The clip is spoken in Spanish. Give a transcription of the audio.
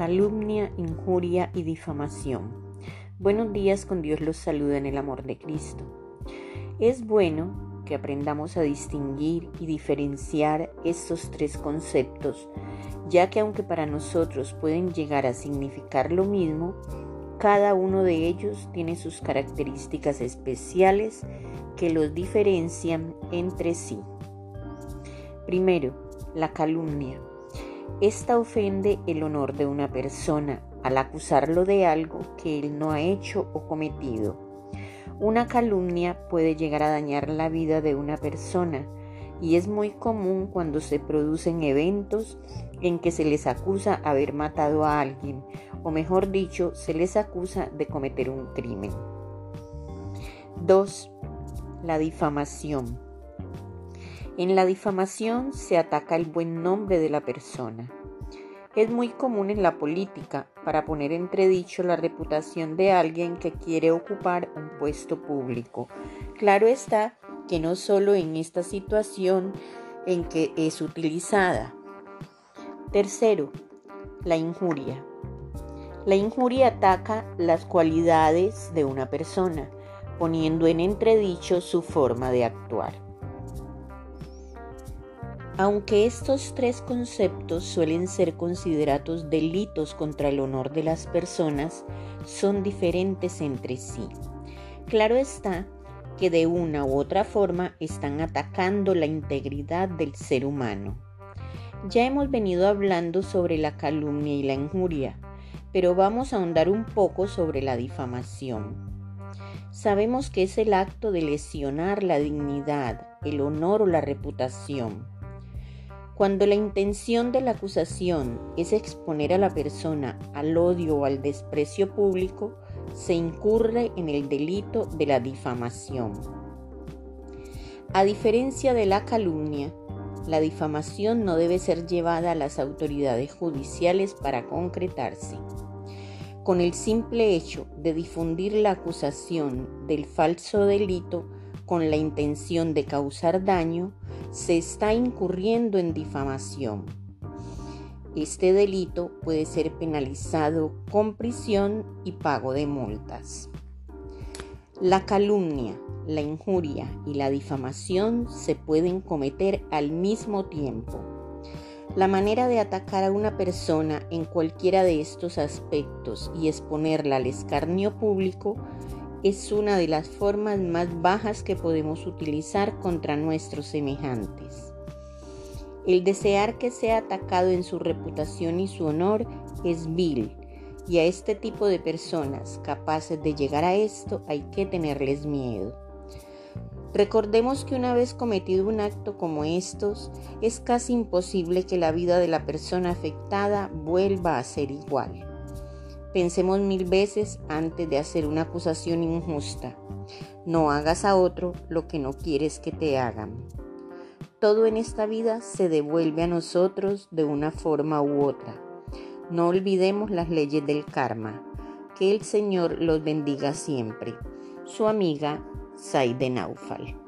calumnia, injuria y difamación. Buenos días, con Dios los saluda en el amor de Cristo. Es bueno que aprendamos a distinguir y diferenciar estos tres conceptos, ya que aunque para nosotros pueden llegar a significar lo mismo, cada uno de ellos tiene sus características especiales que los diferencian entre sí. Primero, la calumnia. Esta ofende el honor de una persona al acusarlo de algo que él no ha hecho o cometido. Una calumnia puede llegar a dañar la vida de una persona y es muy común cuando se producen eventos en que se les acusa haber matado a alguien, o mejor dicho, se les acusa de cometer un crimen. 2. La difamación. En la difamación se ataca el buen nombre de la persona. Es muy común en la política para poner entredicho la reputación de alguien que quiere ocupar un puesto público. Claro está que no solo en esta situación en que es utilizada. Tercero, la injuria. La injuria ataca las cualidades de una persona, poniendo en entredicho su forma de actuar. Aunque estos tres conceptos suelen ser considerados delitos contra el honor de las personas, son diferentes entre sí. Claro está que de una u otra forma están atacando la integridad del ser humano. Ya hemos venido hablando sobre la calumnia y la injuria, pero vamos a ahondar un poco sobre la difamación. Sabemos que es el acto de lesionar la dignidad, el honor o la reputación. Cuando la intención de la acusación es exponer a la persona al odio o al desprecio público, se incurre en el delito de la difamación. A diferencia de la calumnia, la difamación no debe ser llevada a las autoridades judiciales para concretarse. Con el simple hecho de difundir la acusación del falso delito con la intención de causar daño, se está incurriendo en difamación. Este delito puede ser penalizado con prisión y pago de multas. La calumnia, la injuria y la difamación se pueden cometer al mismo tiempo. La manera de atacar a una persona en cualquiera de estos aspectos y exponerla al escarnio público es una de las formas más bajas que podemos utilizar contra nuestros semejantes. El desear que sea atacado en su reputación y su honor es vil, y a este tipo de personas capaces de llegar a esto hay que tenerles miedo. Recordemos que una vez cometido un acto como estos, es casi imposible que la vida de la persona afectada vuelva a ser igual. Pensemos 1000 veces antes de hacer una acusación injusta. No hagas a otro lo que no quieres que te hagan. Todo en esta vida se devuelve a nosotros de una forma u otra. No olvidemos las leyes del karma. Que el Señor los bendiga siempre. Su amiga Saide Naufal.